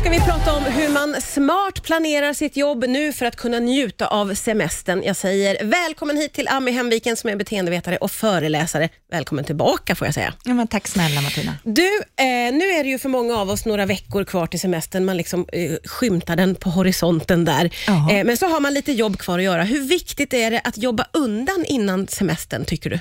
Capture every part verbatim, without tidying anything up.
ska vi prata om hur man smart planerar sitt jobb nu för att kunna njuta av semestern. Jag säger välkommen hit till Ami Hemviken som är beteendevetare och föreläsare. Välkommen tillbaka får jag säga. Ja, men tack snälla Martina. Du, eh, nu är det ju för många av oss några veckor kvar till semestern. Man liksom eh, skymtar den på horisonten där. Eh, men så har man lite jobb kvar att göra. Hur viktigt är det att jobba undan innan semestern tycker du?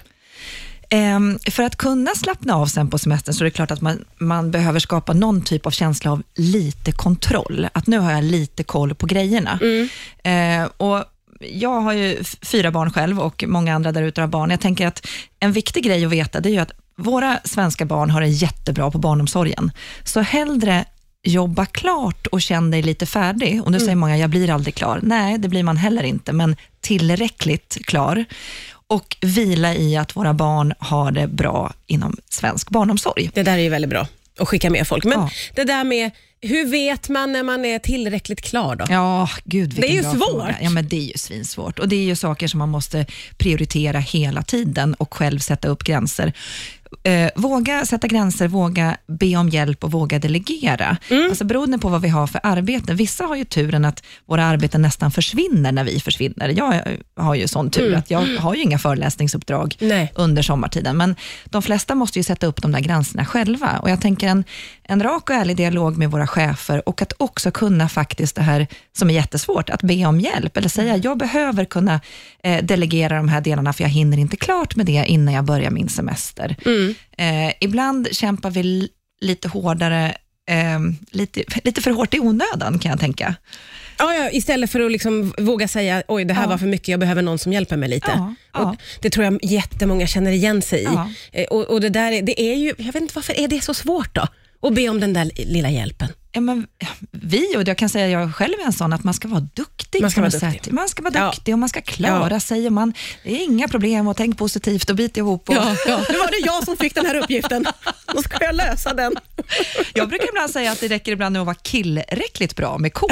Um, för att kunna slappna av sen på semestern så är det klart att man, man behöver skapa någon typ av känsla av lite kontroll. Att nu har jag lite koll på grejerna. Mm. Uh, och jag har ju fyra barn själv och många andra där ute har barn. Jag tänker att en viktig grej att veta det är ju att våra svenska barn har det jättebra på barnomsorgen. Så hellre jobba klart och känn dig lite färdig. Och nu mm. säger många, jag blir aldrig klar. Nej, det blir man heller inte, men tillräckligt klar. Och vila i att våra barn har det bra inom svensk barnomsorg. Det där är ju väldigt bra att skicka med folk. Men ja. det där med, hur vet man när man är tillräckligt klar då? Ja, gud vilken det är ju bra svårt. Fråga. Ja, men det är ju svinsvårt. Och det är ju saker som man måste prioritera hela tiden och själv sätta upp gränser. Eh, våga sätta gränser, våga be om hjälp och våga delegera. Mm. Alltså beroende på vad vi har för arbete. Vissa har ju turen att våra arbeten nästan försvinner när vi försvinner. Jag har ju sån tur mm. att jag har ju inga föreläsningsuppdrag Nej. under sommartiden. Men de flesta måste ju sätta upp de där gränserna själva. Och jag tänker en, en rak och ärlig dialog med våra chefer och att också kunna faktiskt det här som är jättesvårt, att be om hjälp. Eller säga, jag behöver kunna eh, delegera de här delarna för jag hinner inte klart med det innan jag börjar min semester. Mm. Eh, ibland kämpar vi lite hårdare, eh, lite, lite för hårt i onödan kan jag tänka. Ja, ja, istället för att liksom våga säga, oj det här ja. var för mycket, jag behöver någon som hjälper mig lite. Ja, ja. Och det tror jag jättemånga känner igen sig i. Ja. Eh, och, och det där, det är ju, jag vet inte varför är det så svårt då? Att be om den där lilla hjälpen. Ja, men vi, och jag kan säga jag själv är en sån att man ska vara duktig. Man ska vara duktig. duktig. Man ska vara duktig ja. och man ska klara ja. sig. Och man, det är inga problem och tänk positivt och bit ihop. Och... Ja, ja. Nu var det jag som fick den här uppgiften. Då ska jag lösa den. Jag brukar ibland säga att det räcker ibland att vara killräckligt bra med K.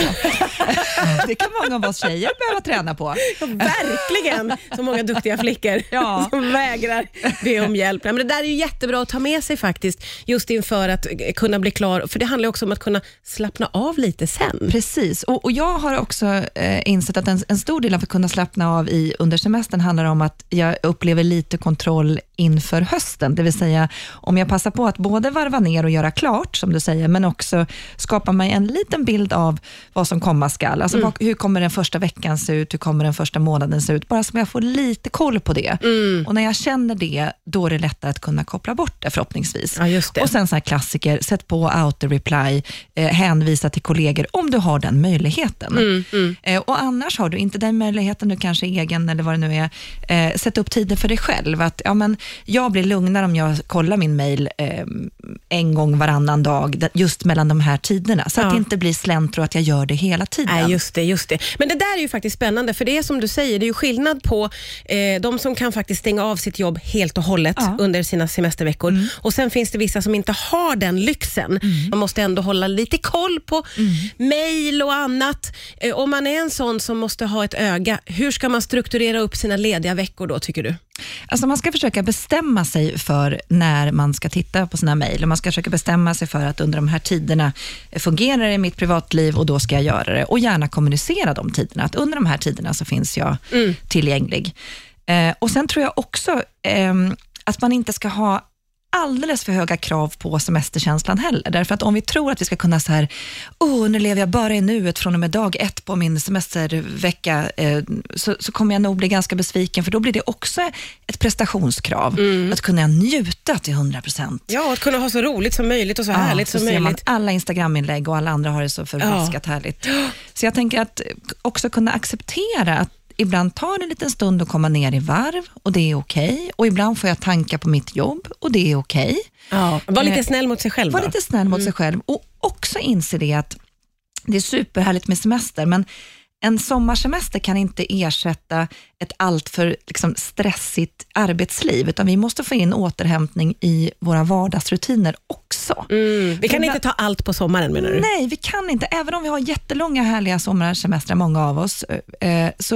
Det kan många av oss tjejer behöva träna på. Ja, verkligen. Så många duktiga flickor ja. som vägrar be om hjälp. Men det där är ju jättebra att ta med sig faktiskt. Just inför att kunna bli klar. För det handlar också om att kunna slappna av lite sen. Precis, och, och jag har också eh, insett att en, en stor del av att kunna slappna av i under semestern handlar om att jag upplever lite kontroll inför hösten. Det vill säga, om jag passar på att både varva ner och göra klart, som du säger, men också skapa mig en liten bild av vad som komma skall. Alltså, mm. vad, hur kommer den första veckan se ut? Hur kommer den första månaden se ut? Bara så att jag får lite koll på det. Mm. Och när jag känner det, då är det lättare att kunna koppla bort det förhoppningsvis. Ja, just det. Och sen så här klassiker, sätt på auto-reply, eh, hänvisa till kollegor om du har den möjligheten. Mm, mm. Eh, och annars har du inte den möjligheten, du kanske är egen eller vad det nu är, eh, sätt upp tider för dig själv. Att, ja, men jag blir lugnare om jag kollar min mail eh, en gång varannan dag, just mellan de här tiderna. Så ja. att det inte blir släntro att jag gör det hela tiden. Nej, just det, just det. Men det där är ju faktiskt spännande, för det är som du säger, det är ju skillnad på eh, de som kan faktiskt stänga av sitt jobb helt och hållet ja. under sina semesterveckor. Mm. Och sen finns det vissa som inte har den lyxen. Mm. Man måste ändå hålla lite koll på mm. mejl och annat. Eh, om man är en sån som måste ha ett öga, hur ska man strukturera upp sina lediga veckor då, tycker du? Alltså man ska försöka bestämma sig för när man ska titta på sina mejl. Och man ska försöka bestämma sig för att under de här tiderna fungerar det i mitt privatliv och då ska jag göra det. Och gärna kommunicera de tiderna. Att under de här tiderna så finns jag mm. tillgänglig. Eh, och sen tror jag också eh, att man inte ska ha alldeles för höga krav på semesterkänslan heller. Därför att om vi tror att vi ska kunna så här, oh, nu lever jag bara i nuet från och med dag ett på min semestervecka, eh, så, så kommer jag nog bli ganska besviken, för då blir det också ett prestationskrav. Mm. Att kunna njuta till hundra procent. Ja, att kunna ha så roligt som möjligt och så ja, härligt så som ser möjligt. Man alla Instagram-inlägg och alla andra har det så förbaskat ja. härligt. Så jag tänker att också kunna acceptera att ibland tar det en liten stund att komma ner i varv och det är okej. Okay. Och ibland får jag tanka på mitt jobb och det är okej. Okay. Ja, var lite snäll mot sig själv Var då. lite snäll mot mm. sig själv. Och också inse det att det är superhärligt med semester, men en sommarsemester kan inte ersätta ett alltför liksom, stressigt arbetsliv, utan vi måste få in återhämtning i våra vardagsrutiner också. Mm. Vi kan inte ta allt på sommaren, menar du? Nej, vi kan inte. Även om vi har jättelånga härliga sommarsemestrar, många av oss, eh, så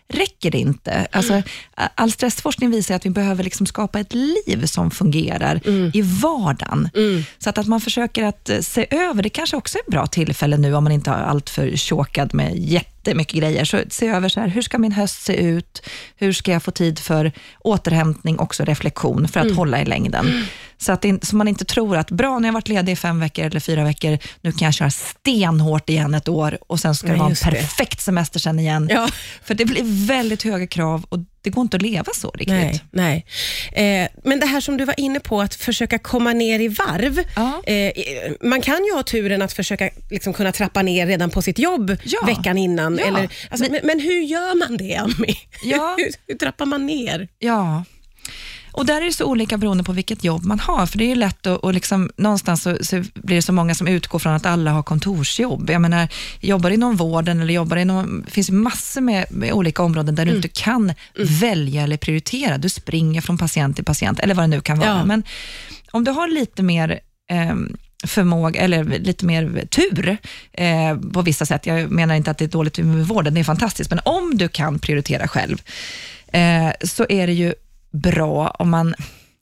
räcker det inte. Alltså, all stressforskning visar att vi behöver liksom skapa ett liv som fungerar mm. i vardagen. Mm. Så att, att man försöker att se över, det kanske också är ett bra tillfälle nu om man inte har allt för tjåkad med jättemycket grejer. Så se över så här, hur ska min höst se ut? Hur ska jag få tid för återhämtning, också reflektion för att mm. hålla i längden? Mm. Så att det, så man inte tror att bra, när jag har varit ledig i fem veckor eller fyra veckor, nu kan jag köra stenhårt igen ett år och sen ska ja, det vara en perfekt det. semester sen igen. Ja. För det blir väldigt höga krav och det går inte att leva så riktigt. Nej, nej. Eh, men det här som du var inne på, att försöka komma ner i varv. Ja. Eh, man kan ju ha turen att försöka liksom kunna trappa ner redan på sitt jobb ja. veckan innan. Ja. Eller, alltså, men, men hur gör man det, Ami? Ja. hur, hur trappar man ner? Ja. Och där är det så olika beroende på vilket jobb man har. För det är ju lätt att, och liksom, någonstans så, så blir det så många som utgår från att alla har kontorsjobb. Jag menar, jobbar inom vården eller jobbar inom, det finns massor med, med olika områden där mm. du inte kan mm. välja eller prioritera. Du springer från patient till patient eller vad det nu kan vara. Ja. Men om du har lite mer eh, förmåga eller lite mer tur eh, på vissa sätt. Jag menar inte att det är dåligt med vården, det är fantastiskt. Men om du kan prioritera själv eh, så är det ju bra om man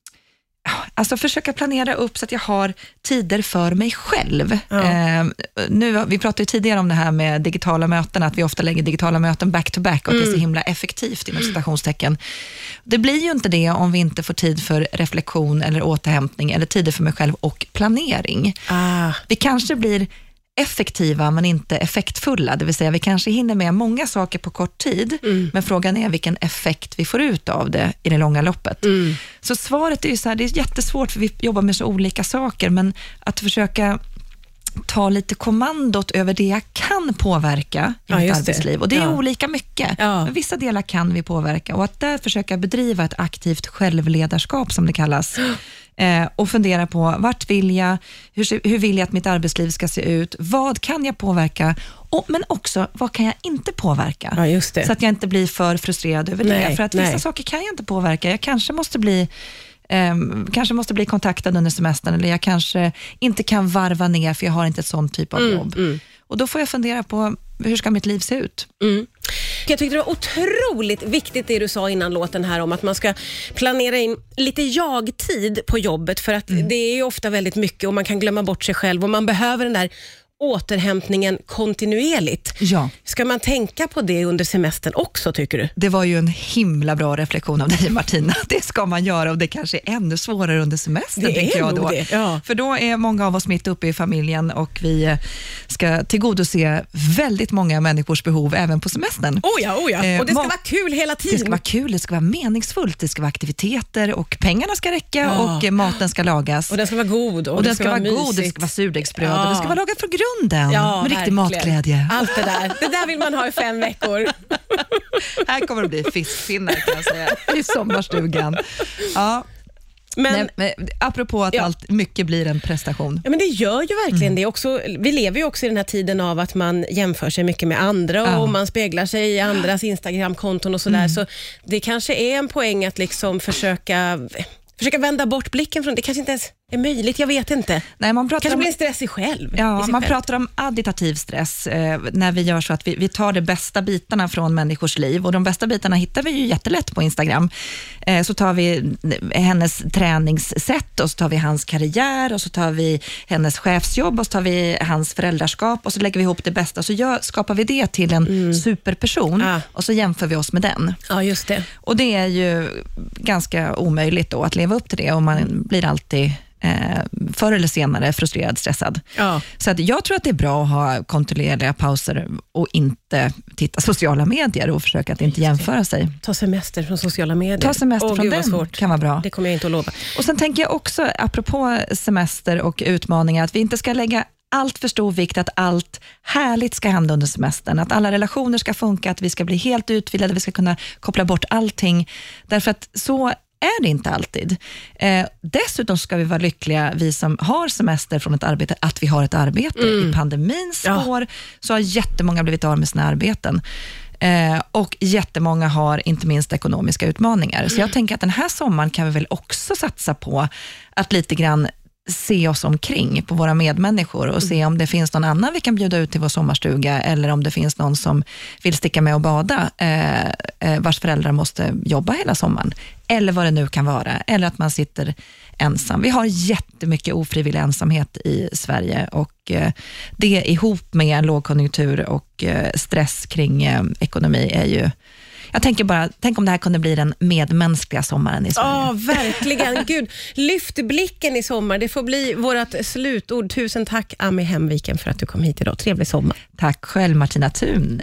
alltså försöka planera upp så att jag har tider för mig själv. Ja. Eh, nu, vi pratade ju tidigare om det här med digitala möten, att vi ofta lägger digitala möten back to back och mm. att det är så himla effektivt inom citationstecken. Det blir ju inte det om vi inte får tid för reflektion eller återhämtning eller tider för mig själv och planering. Ah. Vi kanske blir effektiva men inte effektfulla, det vill säga vi kanske hinner med många saker på kort tid, mm. men frågan är vilken effekt vi får ut av det i det långa loppet. Mm. Så svaret är ju så här, det är jättesvårt för vi jobbar med så olika saker, men att försöka ta lite kommandot över det jag kan påverka i ja, mitt arbetsliv. Det. Och det är ja. olika mycket. Ja. Men vissa delar kan vi påverka och att där försöka bedriva ett aktivt självledarskap som det kallas. Eh, och fundera på vart vill jag, hur, hur vill jag att mitt arbetsliv ska se ut, vad kan jag påverka och, men också vad kan jag inte påverka, ja, just det. Så att jag inte blir för frustrerad över nej, det, för att vissa nej. saker kan jag inte påverka, jag kanske måste bli eh, kanske måste bli kontaktad under semestern eller jag kanske inte kan varva ner för jag har inte ett sånt typ av mm, jobb mm. och då får jag fundera på hur ska mitt liv se ut. Mm. Jag tyckte det var otroligt viktigt det du sa innan låten här om att man ska planera in lite jag-tid på jobbet, för att mm. det är ju ofta väldigt mycket och man kan glömma bort sig själv och man behöver den där återhämtningen kontinuerligt. Ja. Ska man tänka på det under semestern också, tycker du? Det var ju en himla bra reflektion av dig, Martina. Det ska man göra och det kanske är ännu svårare under semestern, det tänker jag då. Det. Ja. För då är många av oss mitt uppe i familjen och vi ska tillgodose väldigt många människors behov även på semestern. Oh ja, oh ja. Eh, och det ska må- vara kul hela tiden. Det ska vara kul, det ska vara meningsfullt, det ska vara aktiviteter och pengarna ska räcka ja. och maten ska lagas. Och den ska vara god. Och, och den ska, ska vara vara god, mysigt. det ska vara surdegsbröd ja. och det ska vara lagat från grunden. Ja, med riktig matglädje. Allt det där. Det där vill man ha i fem veckor. Här kommer det bli fiskpinnar, kan jag säga, i sommarstugan. Ja. Men, Nej, men apropå att ja. allt mycket blir en prestation. Ja, men det gör ju verkligen mm. det också. Vi lever ju också i den här tiden av att man jämför sig mycket med andra ja. och man speglar sig i andras Instagram-konton och sådär. Mm. Så det kanske är en poäng att liksom försöka, försöka vända bort blicken från det. Kanske inte ens är möjligt, jag vet inte. Nej, man pratar kanske om, blir stressig själv. Ja, man själv. pratar om additativ stress eh, när vi gör så att vi, vi tar de bästa bitarna från människors liv och de bästa bitarna hittar vi ju jättelätt på Instagram. Eh, så tar vi hennes träningssätt och så tar vi hans karriär och så tar vi hennes chefsjobb och så tar vi hans föräldraskap och så lägger vi ihop det bästa och så gör, skapar vi det till en mm. superperson ah. och så jämför vi oss med den. Ja, just det. Och det är ju ganska omöjligt då att leva upp till det och man blir alltid Eh, förr eller senare frustrerad, stressad. Ja. Så att jag tror att det är bra att ha kontinuerliga pauser och inte titta sociala medier och försöka att inte jämföra sig. Ta semester från sociala medier. Ta semester Åh, från Gud, den svårt. Kan vara bra. Det kommer jag inte att lova. Och sen tänker jag också, apropå semester och utmaningar, att vi inte ska lägga allt för stor vikt att allt härligt ska hända under semestern. Att alla relationer ska funka, att vi ska bli helt utvilade, vi ska kunna koppla bort allting. Därför att så är det inte alltid. Eh, dessutom ska vi vara lyckliga, vi som har semester från ett arbete, att vi har ett arbete. Mm. I pandemins spår ja. så har jättemånga blivit av med sina arbeten. Eh, och jättemånga har inte minst ekonomiska utmaningar. Mm. Så jag tänker att den här sommaren kan vi väl också satsa på att lite grann se oss omkring på våra medmänniskor och se om det finns någon annan vi kan bjuda ut till vår sommarstuga, eller om det finns någon som vill sticka med och bada eh, eh, vars föräldrar måste jobba hela sommaren, eller vad det nu kan vara, eller att man sitter ensam. Vi har jättemycket ofrivillig ensamhet i Sverige, och eh, det ihop med en lågkonjunktur och eh, stress kring eh, ekonomi är ju... Jag tänker bara, tänk om det här kunde bli den medmänskliga sommaren i Sverige. Ja, verkligen. Gud, lyft blicken i sommar. Det får bli vårt slutord. Tusen tack, Ami Hemviken, för att du kom hit idag. Trevlig sommar. Tack själv, Martina Thun.